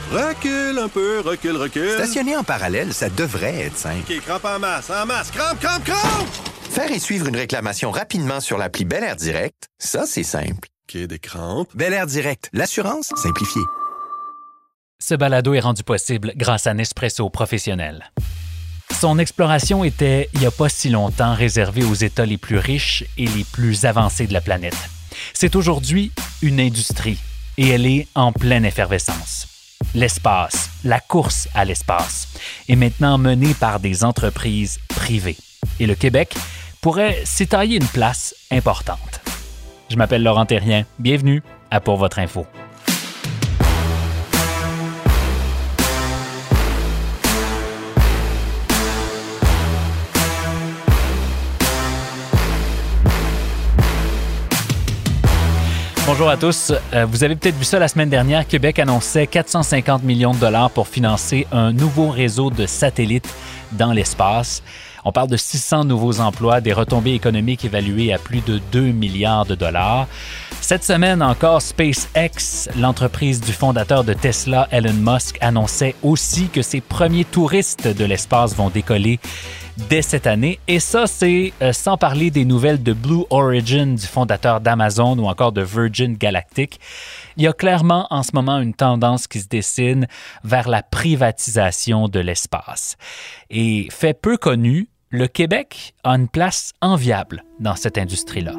Recule un peu, recule. Stationner en parallèle, ça devrait être simple. OK, crampe en masse, crampe! Faire et suivre une réclamation rapidement sur l'appli Bel Air Direct, ça, c'est simple. OK, des crampes. Bel Air Direct, l'assurance simplifiée. Ce balado est rendu possible grâce à Nespresso Professionnel. Son exploration était, il n'y a pas si longtemps, réservée aux États les plus riches et les plus avancés de la planète. C'est aujourd'hui une industrie et elle est en pleine effervescence. L'espace, la course à l'espace, est maintenant menée par des entreprises privées. Et le Québec pourrait s'y tailler une place importante. Je m'appelle Laurent Thérien. Bienvenue à Pour votre info. Bonjour à tous. Vous avez peut-être vu ça la semaine dernière. Québec annonçait 450 millions de dollars pour financer un nouveau réseau de satellites dans l'espace. On parle de 600 nouveaux emplois, des retombées économiques évaluées à plus de 2 milliards de dollars. Cette semaine encore, SpaceX, l'entreprise du fondateur de Tesla, Elon Musk, annonçait aussi que ses premiers touristes de l'espace vont décoller dès cette année. Et ça, c'est sans parler des nouvelles de Blue Origin, du fondateur d'Amazon ou encore de Virgin Galactic. Il y a clairement en ce moment une tendance qui se dessine vers la privatisation de l'espace. Et fait peu connu, le Québec a une place enviable dans cette industrie-là.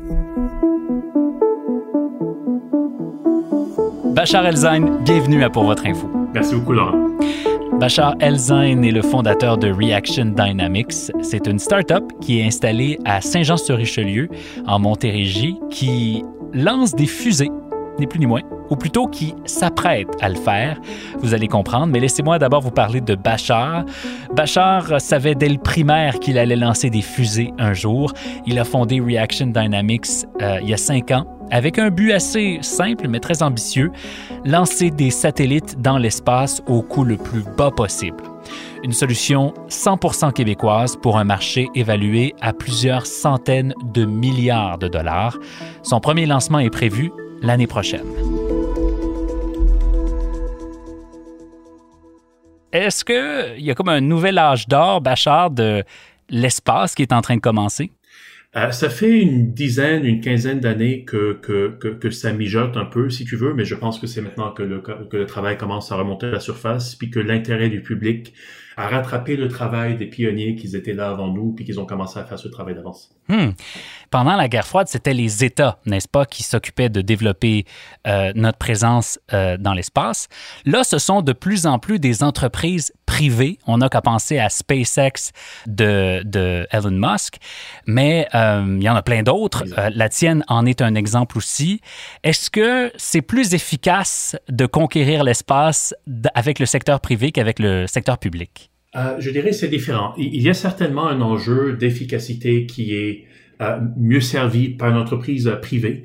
Bachar El-Zain, bienvenue à Pour votre info. Merci beaucoup, Laurent. Bachar El-Zain est le fondateur de Reaction Dynamics. C'est une start-up qui est installée à Saint-Jean-sur-Richelieu, en Montérégie, qui lance des fusées, ni plus ni moins, ou plutôt qui s'apprête à le faire. Vous allez comprendre, mais laissez-moi d'abord vous parler de Bachar. Bachar savait dès le primaire qu'il allait lancer des fusées un jour. Il a fondé Reaction Dynamics il y a 5 ans, avec un but assez simple mais très ambitieux, lancer des satellites dans l'espace au coût le plus bas possible. Une solution 100% québécoise pour un marché évalué à plusieurs centaines de milliards de dollars. Son premier lancement est prévu l'année prochaine. Est-ce qu'il y a comme un nouvel âge d'or, Bachar, de l'espace qui est en train de commencer? Ça fait une quinzaine d'années que ça mijote un peu, si tu veux, mais je pense que c'est maintenant que le travail commence à remonter à la surface, puis que l'intérêt du public a rattrapé le travail des pionniers qui étaient là avant nous, puis qu'ils ont commencé à faire ce travail d'avance. Pendant la guerre froide, c'était les États, n'est-ce pas, qui s'occupaient de développer notre présence dans l'espace. Là, ce sont de plus en plus des entreprises privées. On n'a qu'à penser à SpaceX de Elon Musk, mais il y en a plein d'autres. La tienne en est un exemple aussi. Est-ce que c'est plus efficace de conquérir l'espace avec le secteur privé qu'avec le secteur public? Je dirais que c'est différent. Il y a certainement un enjeu d'efficacité qui est mieux servi par une entreprise privée.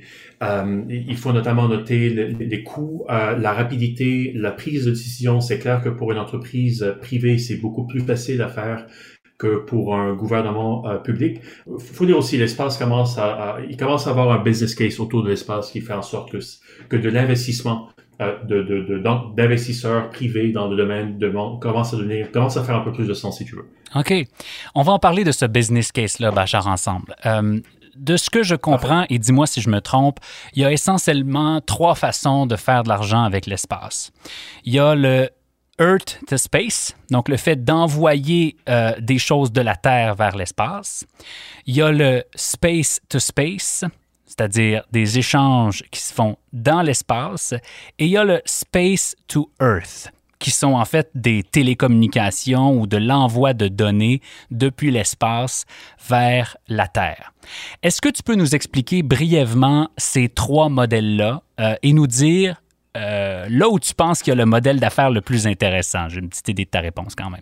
Il faut notamment noter les coûts, la rapidité, la prise de décision. C'est clair que pour une entreprise privée, c'est beaucoup plus facile à faire que pour un gouvernement public. Il faut dire aussi, l'espace commence à avoir un business case autour de l'espace qui fait en sorte que de l'investissement d'investisseurs privés dans le domaine commence à faire un peu plus de sens, si tu veux. OK. On va en parler de ce business case-là, Bachar, ensemble. De ce que je comprends, et dis-moi si je me trompe, il y a essentiellement 3 façons de faire de l'argent avec l'espace. Il y a le Earth to Space, donc le fait d'envoyer des choses de la Terre vers l'espace. Il y a le Space to Space, c'est-à-dire des échanges qui se font dans l'espace. Et il y a le Space to Earth, qui sont en fait des télécommunications ou de l'envoi de données depuis l'espace vers la Terre. Est-ce que tu peux nous expliquer brièvement ces 3 modèles-là et nous dire là où tu penses qu'il y a le modèle d'affaires le plus intéressant? J'ai une petite idée de ta réponse quand même.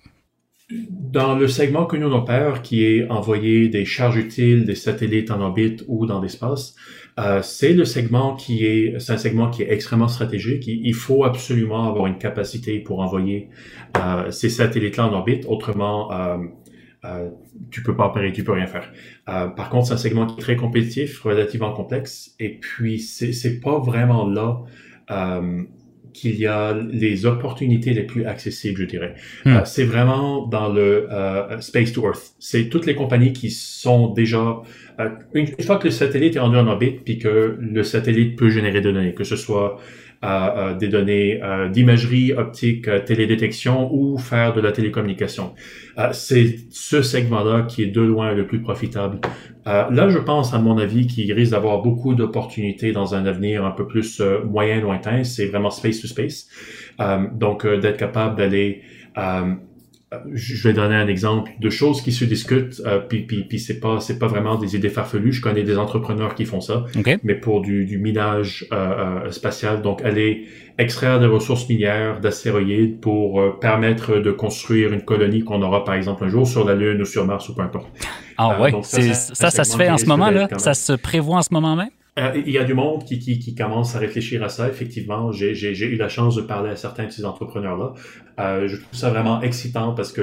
Dans le segment que nous on opère, qui est envoyer des charges utiles, des satellites en orbite ou dans l'espace, c'est un segment qui est extrêmement stratégique. Il faut absolument avoir une capacité pour envoyer ces satellites-là en orbite. Autrement, tu peux pas opérer, tu peux rien faire. Par contre, c'est un segment qui est très compétitif, relativement complexe, et puis c'est pas vraiment là qu'il y a les opportunités les plus accessibles, je dirais. C'est vraiment dans le Space to Earth. C'est toutes les compagnies qui sont déjà... une fois que le satellite est rendu en orbite, puis que le satellite peut générer des données, que ce soit des données d'imagerie optique, télédétection ou faire de la télécommunication. C'est ce segment-là qui est de loin le plus profitable. Là, je pense, à mon avis, qu'il risque d'avoir beaucoup d'opportunités dans un avenir un peu plus moyen, lointain. C'est vraiment space to space. Donc, d'être capable d'aller... je vais donner un exemple de choses qui se discutent, puis c'est pas vraiment des idées farfelues. Je connais des entrepreneurs qui font ça, mais pour du minage spatial, donc aller extraire des ressources minières d'astéroïdes pour permettre de construire une colonie qu'on aura par exemple un jour sur la Lune ou sur Mars ou peu importe. Ah ouais, ça se fait en ce moment là, ça se prévoit en ce moment même. Il y a du monde qui commence à réfléchir à ça. Effectivement, j'ai eu la chance de parler à certains de ces entrepreneurs-là. Je trouve ça vraiment excitant parce que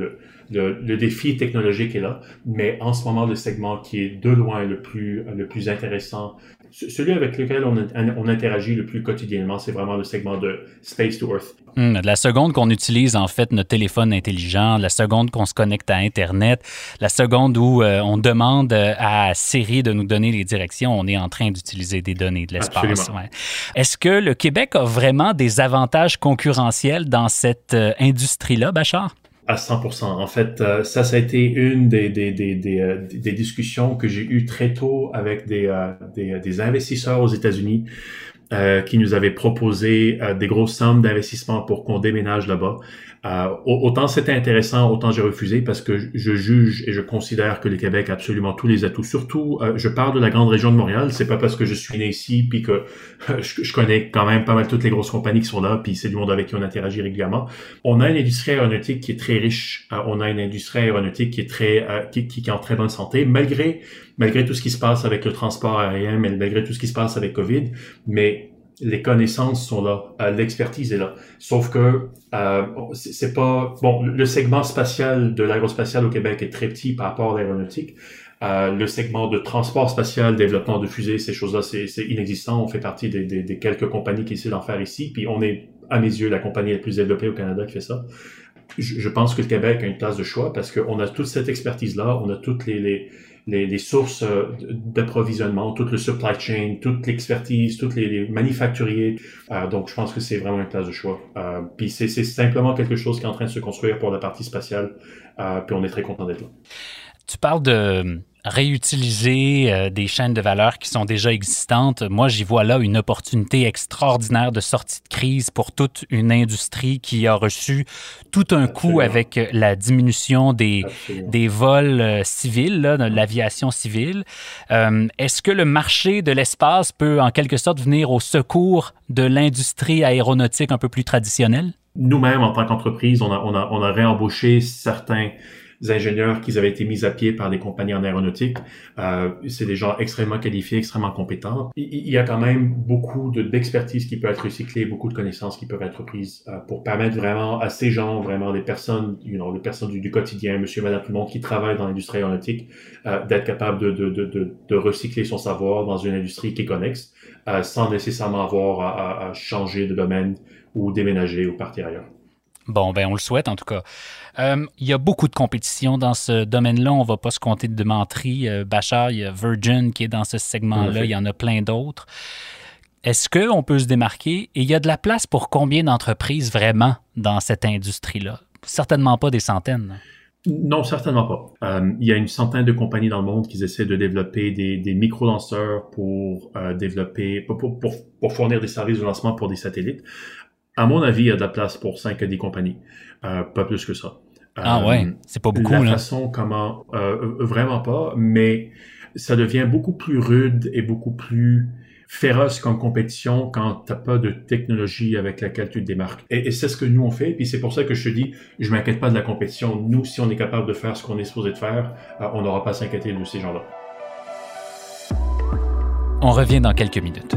le défi technologique est là. Mais en ce moment, le segment qui est de loin le plus intéressant, celui avec lequel on interagit le plus quotidiennement, c'est vraiment le segment de Space to Earth. La seconde qu'on utilise, en fait, notre téléphone intelligent, la seconde qu'on se connecte à Internet, la seconde où on demande à Siri de nous donner les directions, on est en train d'utiliser des données de l'espace. Ouais. Est-ce que le Québec a vraiment des avantages concurrentiels dans cette industrie-là, Bachar? À 100%. En fait, ça a été une des discussions que j'ai eues très tôt avec des investisseurs aux États-Unis qui nous avaient proposé des grosses sommes d'investissement pour qu'on déménage là-bas. Autant c'était intéressant, autant j'ai refusé parce que je juge et je considère que le Québec a absolument tous les atouts. Surtout, je parle de la grande région de Montréal. C'est pas parce que je suis né ici puis que je connais quand même pas mal toutes les grosses compagnies qui sont là puis c'est du monde avec qui on interagit régulièrement. On a une industrie aéronautique qui est très riche. On a une industrie aéronautique qui est qui est en très bonne santé malgré tout ce qui se passe avec le transport aérien, malgré tout ce qui se passe avec COVID. Mais les connaissances sont là, l'expertise est là. Sauf que c'est pas bon. Le segment spatial de l'aérospatial au Québec est très petit par rapport à l'aéronautique. Le segment de transport spatial, développement de fusées, ces choses-là, c'est inexistant. On fait partie des quelques compagnies qui essaient d'en faire ici. Puis on est, à mes yeux, la compagnie la plus développée au Canada qui fait ça. Je pense que le Québec a une place de choix parce qu'on a toute cette expertise-là, on a toutes les sources d'approvisionnement, tout le supply chain, toute l'expertise, tous les manufacturiers. Donc, je pense que c'est vraiment une place de choix. Puis c'est simplement quelque chose qui est en train de se construire pour la partie spatiale. Puis on est très content d'être là. Tu parles de réutiliser des chaînes de valeur qui sont déjà existantes. Moi, j'y vois là une opportunité extraordinaire de sortie de crise pour toute une industrie qui a reçu tout un coup avec la diminution des vols civils, là, de l'aviation civile. Est-ce que le marché de l'espace peut en quelque sorte venir au secours de l'industrie aéronautique un peu plus traditionnelle? Nous-mêmes, en tant qu'entreprise, on a réembauché certains ingénieurs qui avaient été mis à pied par des compagnies en aéronautique. C'est des gens extrêmement qualifiés, extrêmement compétents. Il y a quand même beaucoup d'expertise qui peut être recyclée, beaucoup de connaissances qui peuvent être prises pour permettre vraiment à ces gens, vraiment des personnes, des personnes du quotidien, monsieur, madame, tout le monde qui travaille dans l'industrie aéronautique, d'être capable de recycler son savoir dans une industrie qui est connexe, sans nécessairement avoir à changer de domaine ou déménager ou partir ailleurs. Bon, ben on le souhaite en tout cas. Il y a beaucoup de compétition dans ce domaine-là. On ne va pas se compter de menterie. Bachar, il y a Virgin qui est dans ce segment-là. Il y en a plein d'autres. Est-ce qu'on peut se démarquer? Et il y a de la place pour combien d'entreprises vraiment dans cette industrie-là? Certainement pas des centaines. Non, certainement pas. Il y a une centaine de compagnies dans le monde qui essaient de développer des micro-lanceurs pour fournir des services de lancement pour des satellites. À mon avis, il y a de la place pour 5 à 10 compagnies. Pas plus que ça. Ouais, c'est pas beaucoup. La façon comment... vraiment pas, mais ça devient beaucoup plus rude et beaucoup plus féroce comme compétition quand t'as pas de technologie avec laquelle tu te démarques. Et c'est ce que nous on fait, puis c'est pour ça que je te dis, je m'inquiète pas de la compétition. Nous, si on est capable de faire ce qu'on est supposé de faire, on n'aura pas à s'inquiéter de ces gens-là. On revient dans quelques minutes.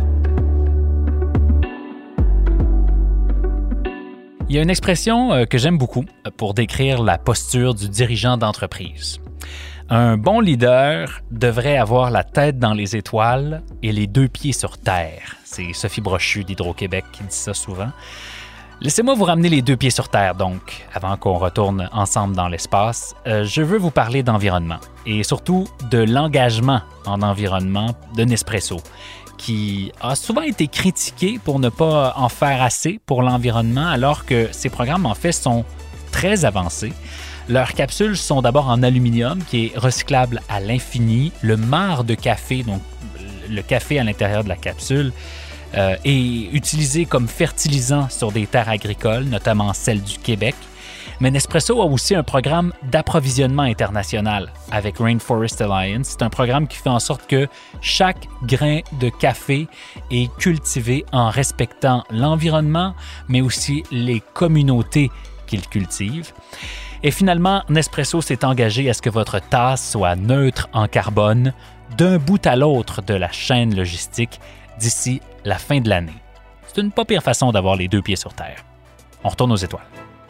Il y a une expression que j'aime beaucoup pour décrire la posture du dirigeant d'entreprise. Un bon leader devrait avoir la tête dans les étoiles et les 2 pieds sur terre. C'est Sophie Brochu d'Hydro-Québec qui dit ça souvent. Laissez-moi vous ramener les 2 pieds sur terre, donc, avant qu'on retourne ensemble dans l'espace. Je veux vous parler d'environnement et surtout de l'engagement en environnement de Nespresso, qui a souvent été critiqué pour ne pas en faire assez pour l'environnement, alors que ces programmes, en fait, sont très avancés. Leurs capsules sont d'abord en aluminium, qui est recyclable à l'infini. Le marc de café, donc le café à l'intérieur de la capsule, est utilisé comme fertilisant sur des terres agricoles, notamment celles du Québec. Mais Nespresso a aussi un programme d'approvisionnement international avec Rainforest Alliance. C'est un programme qui fait en sorte que chaque grain de café est cultivé en respectant l'environnement, mais aussi les communautés qu'il cultive. Et finalement, Nespresso s'est engagé à ce que votre tasse soit neutre en carbone d'un bout à l'autre de la chaîne logistique d'ici la fin de l'année. C'est une pas pire façon d'avoir les 2 pieds sur terre. On retourne aux étoiles.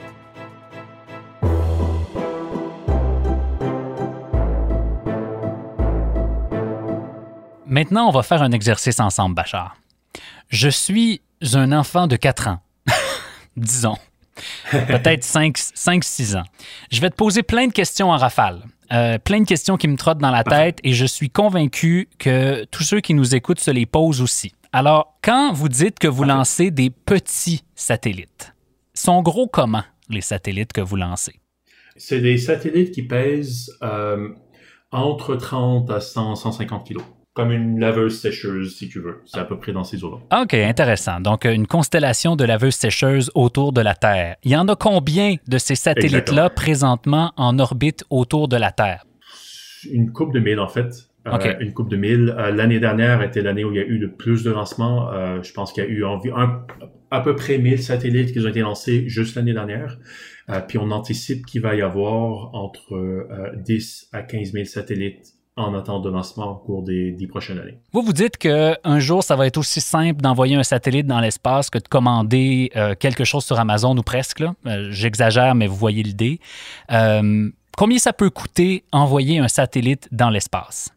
Maintenant, on va faire un exercice ensemble, Bachar. Je suis un enfant de 4 ans, disons, peut-être 5-6 ans. Je vais te poser plein de questions en rafale, plein de questions qui me trottent dans la tête et je suis convaincu que tous ceux qui nous écoutent se les posent aussi. Alors, quand vous dites que vous lancez des petits satellites, sont gros comment les satellites que vous lancez? C'est des satellites qui pèsent entre 30 à 150 kilos. Comme une laveuse sécheuse, si tu veux. C'est à peu près dans ces eaux-là. OK, intéressant. Donc, une constellation de laveuses sécheuses autour de la Terre. Il y en a combien de ces satellites-là présentement en orbite autour de la Terre? Une couple de mille, en fait. Okay. Une couple de mille. L'année dernière était l'année où il y a eu le plus de lancements. Je pense qu'il y a eu à peu près 1000 satellites qui ont été lancés juste l'année dernière. Puis on anticipe qu'il va y avoir entre 10 à 15 000 satellites en attente de lancement au cours des 10 prochaines années. Vous dites qu'un jour, ça va être aussi simple d'envoyer un satellite dans l'espace que de commander quelque chose sur Amazon ou presque. Là. J'exagère, mais vous voyez l'idée. Combien ça peut coûter envoyer un satellite dans l'espace?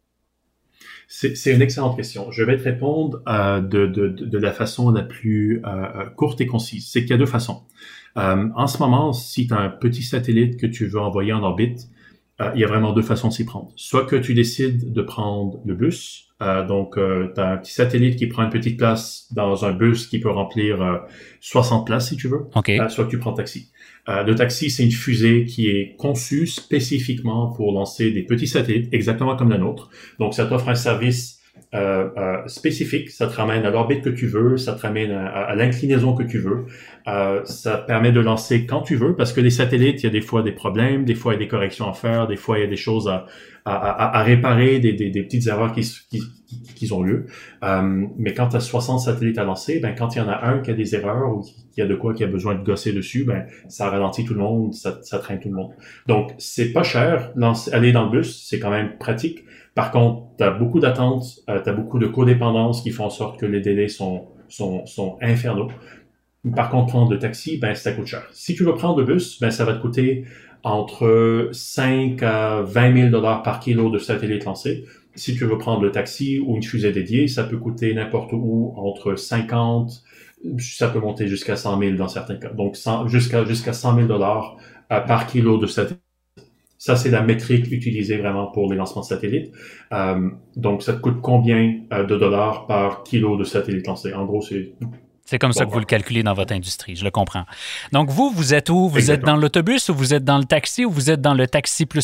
C'est une excellente question. Je vais te répondre de la façon la plus courte et concise. C'est qu'il y a 2 façons. En ce moment, si tu as un petit satellite que tu veux envoyer en orbite, il y a vraiment 2 façons de s'y prendre. Soit que tu décides de prendre le bus, donc tu as un petit satellite qui prend une petite place dans un bus qui peut remplir 60 places si tu veux, okay. Soit que tu prends le taxi. Le taxi, c'est une fusée qui est conçue spécifiquement pour lancer des petits satellites, exactement comme la nôtre. Donc ça t'offre un service spécifique, ça te ramène à l'orbite que tu veux, ça te ramène à l'inclinaison que tu veux, ça te permet de lancer quand tu veux, parce que les satellites, il y a des fois des problèmes, des fois il y a des corrections à faire, des fois il y a des choses à réparer, des petites erreurs qui ont lieu. Mais quand tu as 60 satellites à lancer, ben quand il y en a un qui a des erreurs ou qui a de quoi qui a besoin de gosser dessus, ben ça ralentit tout le monde, ça traîne tout le monde. Donc c'est pas cher, aller dans le bus, c'est quand même pratique. Par contre, tu as beaucoup d'attentes, tu as beaucoup de codépendances qui font en sorte que les délais sont infernaux. Par contre, prendre le taxi, ben ça coûte cher. Si tu veux prendre le bus, ben ça va te coûter entre 5 à 20 000 $ par kilo de satellite lancé. Si tu veux prendre le taxi ou une fusée dédiée, ça peut coûter n'importe où entre 50, ça peut monter jusqu'à 100 000 dans certains cas. Donc jusqu'à 100 000 $ par kilo de satellite. Ça, c'est la métrique utilisée vraiment pour les lancements de satellites. Donc, ça te coûte combien de dollars par kilo de satellite lancé? En gros, c'est comme ça que vous le calculez dans votre industrie, je le comprends. Donc, vous êtes où? Vous êtes dans l'autobus ou vous êtes dans le taxi ou vous êtes dans le taxi plus?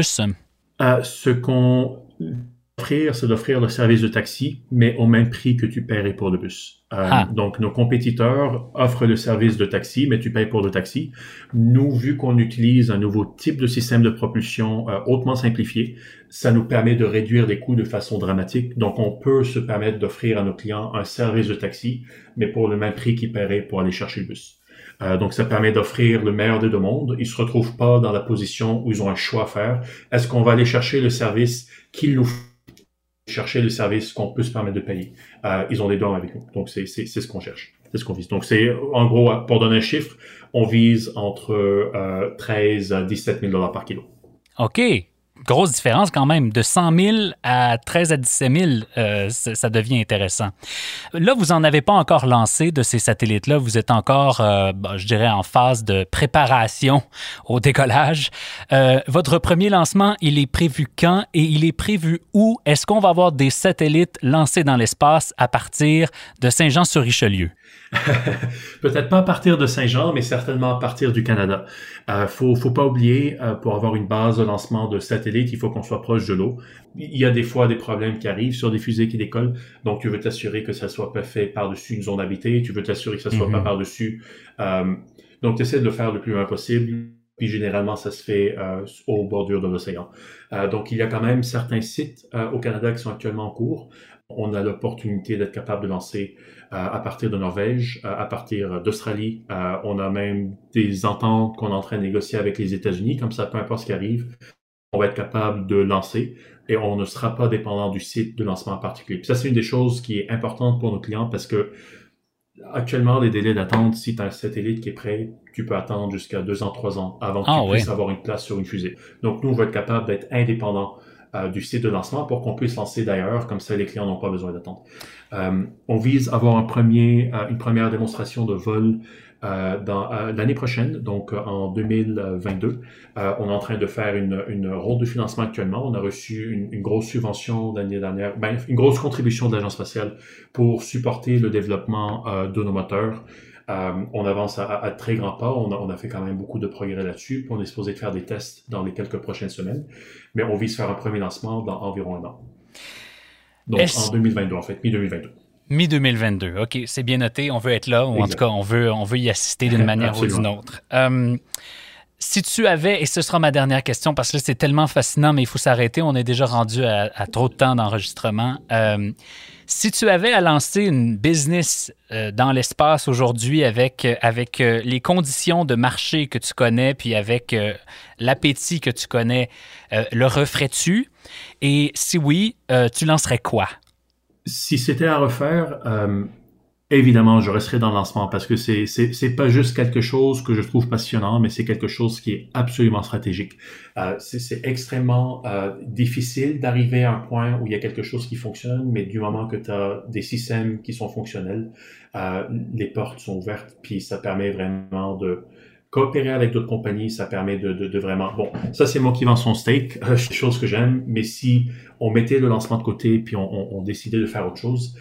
Ce qu'on offrir, c'est d'offrir le service de taxi, mais au même prix que tu paierais pour le bus. Donc, nos compétiteurs offrent le service de taxi, mais tu payes pour le taxi. Nous, vu qu'on utilise un nouveau type de système de propulsion hautement simplifié, ça nous permet de réduire les coûts de façon dramatique. Donc, on peut se permettre d'offrir à nos clients un service de taxi, mais pour le même prix qu'ils paieraient pour aller chercher le bus. Donc, ça permet d'offrir le meilleur des deux mondes. Ils se retrouvent pas dans la position où ils ont un choix à faire. Est-ce qu'on va aller chercher le service qu'il nous faut, chercher le service qu'on peut se permettre de payer? Ils ont les deux avec nous. Donc, c'est ce qu'on cherche. C'est ce qu'on vise. Donc, c'est, en gros, pour donner un chiffre, on vise entre 13 à 17 000 $ par kilo. OK. grosse différence quand même. De 100 000 à 13 à 17 000, ça devient intéressant. Là, vous n'en avez pas encore lancé de ces satellites-là. Vous êtes encore, je dirais, en phase de préparation au décollage. Votre premier lancement, il est prévu quand et il est prévu où? Est-ce qu'on va avoir des satellites lancés dans l'espace à partir de Saint-Jean-sur-Richelieu? Peut-être pas à partir de Saint-Jean, mais certainement à partir du Canada. Faut pas oublier, pour avoir une base de lancement de satellites, il faut qu'on soit proche de l'eau. Il y a des fois des problèmes qui arrivent sur des fusées qui décollent, donc tu veux t'assurer que ça soit pas fait par-dessus une zone habitée, tu veux t'assurer que ça soit pas par-dessus. Donc tu essaies de le faire le plus loin possible, puis généralement ça se fait aux bordures de l'océan. Donc il y a quand même certains sites au Canada qui sont actuellement en cours. On a l'opportunité d'être capable de lancer à partir de Norvège, à partir d'Australie. On a même des ententes qu'on est en train de négocier avec les États-Unis. Comme ça, peu importe ce qui arrive, on va être capable de lancer et on ne sera pas dépendant du site de lancement en particulier. Puis ça, c'est une des choses qui est importante pour nos clients parce que actuellement, les délais d'attente, si tu as un satellite qui est prêt, tu peux attendre jusqu'à 2 ans, 3 ans avant que tu puisses avoir une place sur une fusée. Donc, nous, on va être capable d'être indépendant du site de lancement pour qu'on puisse lancer d'ailleurs, comme ça les clients n'ont pas besoin d'attendre. On vise à avoir une première démonstration de vol l'année prochaine, donc en 2022. On est en train de faire une ronde de financement actuellement. On a reçu une grosse subvention l'année dernière, une grosse contribution de l'Agence spatiale pour supporter le développement de nos moteurs. On avance à très grands pas. On a fait quand même beaucoup de progrès là-dessus. Puis on est supposé faire des tests dans les quelques prochaines semaines. Mais on vise faire un premier lancement dans environ 1 an. Donc en 2022, en fait, mi-2022. Mi-2022, OK, c'est bien noté. On veut être là, ou exact. En tout cas, on veut y assister d'une manière ou d'une autre. Si tu avais, et ce sera ma dernière question, parce que là, c'est tellement fascinant, mais il faut s'arrêter. On est déjà rendu à trop de temps d'enregistrement. Si tu avais à lancer une business dans l'espace aujourd'hui avec les conditions de marché que tu connais, puis avec l'appétit que tu connais, le referais-tu? Et si oui, tu lancerais quoi? Si c'était à refaire, évidemment, je resterais dans le lancement parce que c'est pas juste quelque chose que je trouve passionnant, mais c'est quelque chose qui est absolument stratégique. C'est extrêmement difficile d'arriver à un point où il y a quelque chose qui fonctionne, mais du moment que tu as des systèmes qui sont fonctionnels, les portes sont ouvertes, puis ça permet vraiment de coopérer avec d'autres compagnies, ça permet de vraiment... Bon, ça, c'est moi qui vends son steak, chose que j'aime, mais si on mettait le lancement de côté puis on décidait de faire autre chose,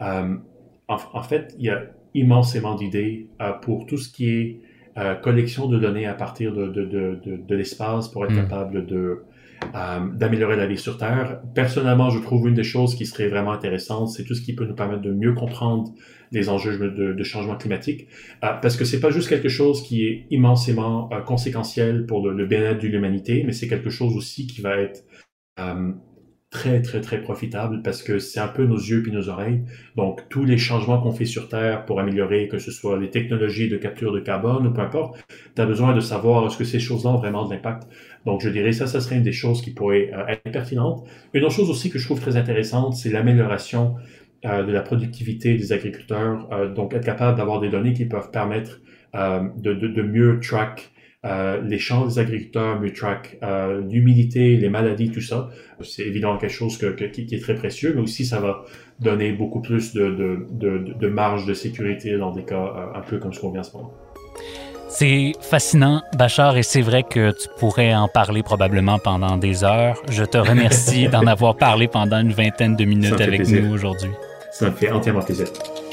en fait, il y a immensément d'idées pour tout ce qui est collection de données à partir de l'espace pour être capable d'améliorer la vie sur Terre. Personnellement, je trouve une des choses qui serait vraiment intéressante, c'est tout ce qui peut nous permettre de mieux comprendre les enjeux de changement climatique, parce que c'est pas juste quelque chose qui est immensément conséquentiel pour le bien-être de l'humanité, mais c'est quelque chose aussi qui va être très, très, très profitable parce que c'est un peu nos yeux puis nos oreilles. Donc, tous les changements qu'on fait sur Terre pour améliorer, que ce soit les technologies de capture de carbone ou peu importe, tu as besoin de savoir est-ce que ces choses-là ont vraiment de l'impact. Donc, je dirais ça serait une des choses qui pourrait être pertinente. Une autre chose aussi que je trouve très intéressante, c'est l'amélioration de la productivité des agriculteurs. Donc, être capable d'avoir des données qui peuvent permettre de mieux track les champs des agriculteurs, mieux track l'humidité, les maladies, tout ça. C'est évidemment quelque chose qui est très précieux, mais aussi ça va donner beaucoup plus de marge de sécurité dans des cas un peu comme ce qu'on vient en ce moment. C'est fascinant, Bachar, et c'est vrai que tu pourrais en parler probablement pendant des heures. Je te remercie d'en avoir parlé pendant une vingtaine de minutes avec plaisir. Nous aujourd'hui. Ça me fait entièrement plaisir.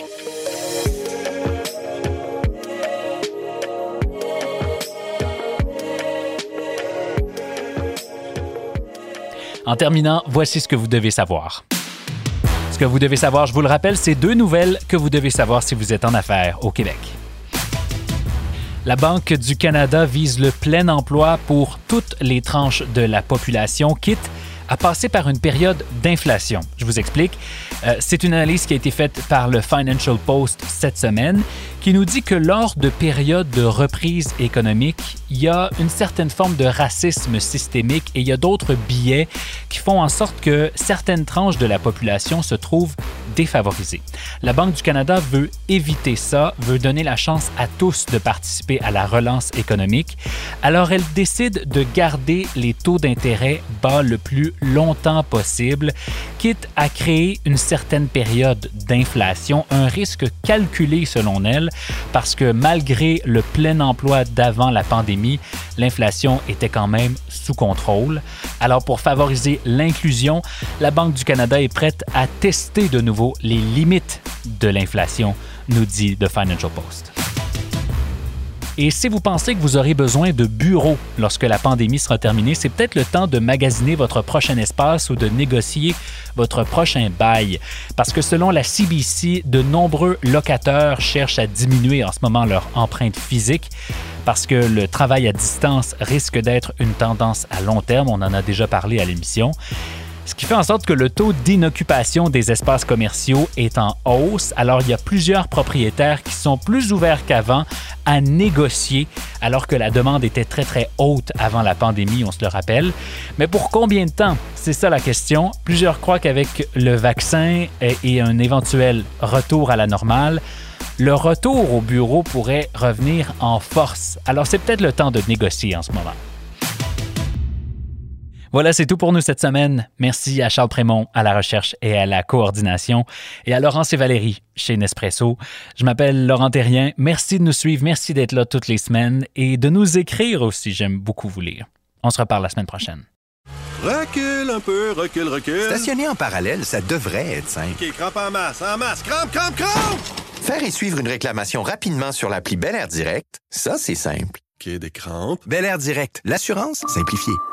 En terminant, voici ce que vous devez savoir. Ce que vous devez savoir, je vous le rappelle, c'est 2 nouvelles que vous devez savoir si vous êtes en affaires au Québec. La Banque du Canada vise le plein emploi pour toutes les tranches de la population, quitte à passer par une période d'inflation. Je vous explique. C'est une analyse qui a été faite par le Financial Post cette semaine qui nous dit que lors de périodes de reprise économique, il y a une certaine forme de racisme systémique et il y a d'autres biais qui font en sorte que certaines tranches de la population se trouvent défavorisées. La Banque du Canada veut éviter ça, veut donner la chance à tous de participer à la relance économique. Alors, elle décide de garder les taux d'intérêt bas le plus longtemps possible, quitte à créer une certaine période d'inflation, un risque calculé selon elle, parce que malgré le plein emploi d'avant la pandémie, l'inflation était quand même sous contrôle. Alors, pour favoriser l'inclusion, la Banque du Canada est prête à tester de nouveau les limites de l'inflation, nous dit The Financial Post. Et si vous pensez que vous aurez besoin de bureaux lorsque la pandémie sera terminée, c'est peut-être le temps de magasiner votre prochain espace ou de négocier votre prochain bail. Parce que selon la CBC, de nombreux locataires cherchent à diminuer en ce moment leur empreinte physique parce que le travail à distance risque d'être une tendance à long terme. On en a déjà parlé à l'émission. Ce qui fait en sorte que le taux d'inoccupation des espaces commerciaux est en hausse. Alors, il y a plusieurs propriétaires qui sont plus ouverts qu'avant à négocier, alors que la demande était très, très haute avant la pandémie, on se le rappelle. Mais pour combien de temps? C'est ça la question. Plusieurs croient qu'avec le vaccin et un éventuel retour à la normale, le retour au bureau pourrait revenir en force. Alors, c'est peut-être le temps de négocier en ce moment. Voilà, c'est tout pour nous cette semaine. Merci à Charles Prémont à la recherche et à la coordination et à Laurence et Valérie chez Nespresso. Je m'appelle Laurent Terrien. Merci de nous suivre, merci d'être là toutes les semaines et de nous écrire aussi. J'aime beaucoup vous lire. On se reparle la semaine prochaine. Recule un peu, recule. Stationner en parallèle, ça devrait être simple. OK, crampe en masse, crampe! Faire et suivre une réclamation rapidement sur l'appli Bel Air Direct, ça, c'est simple. OK, des crampes. Bel Air Direct, l'assurance simplifiée.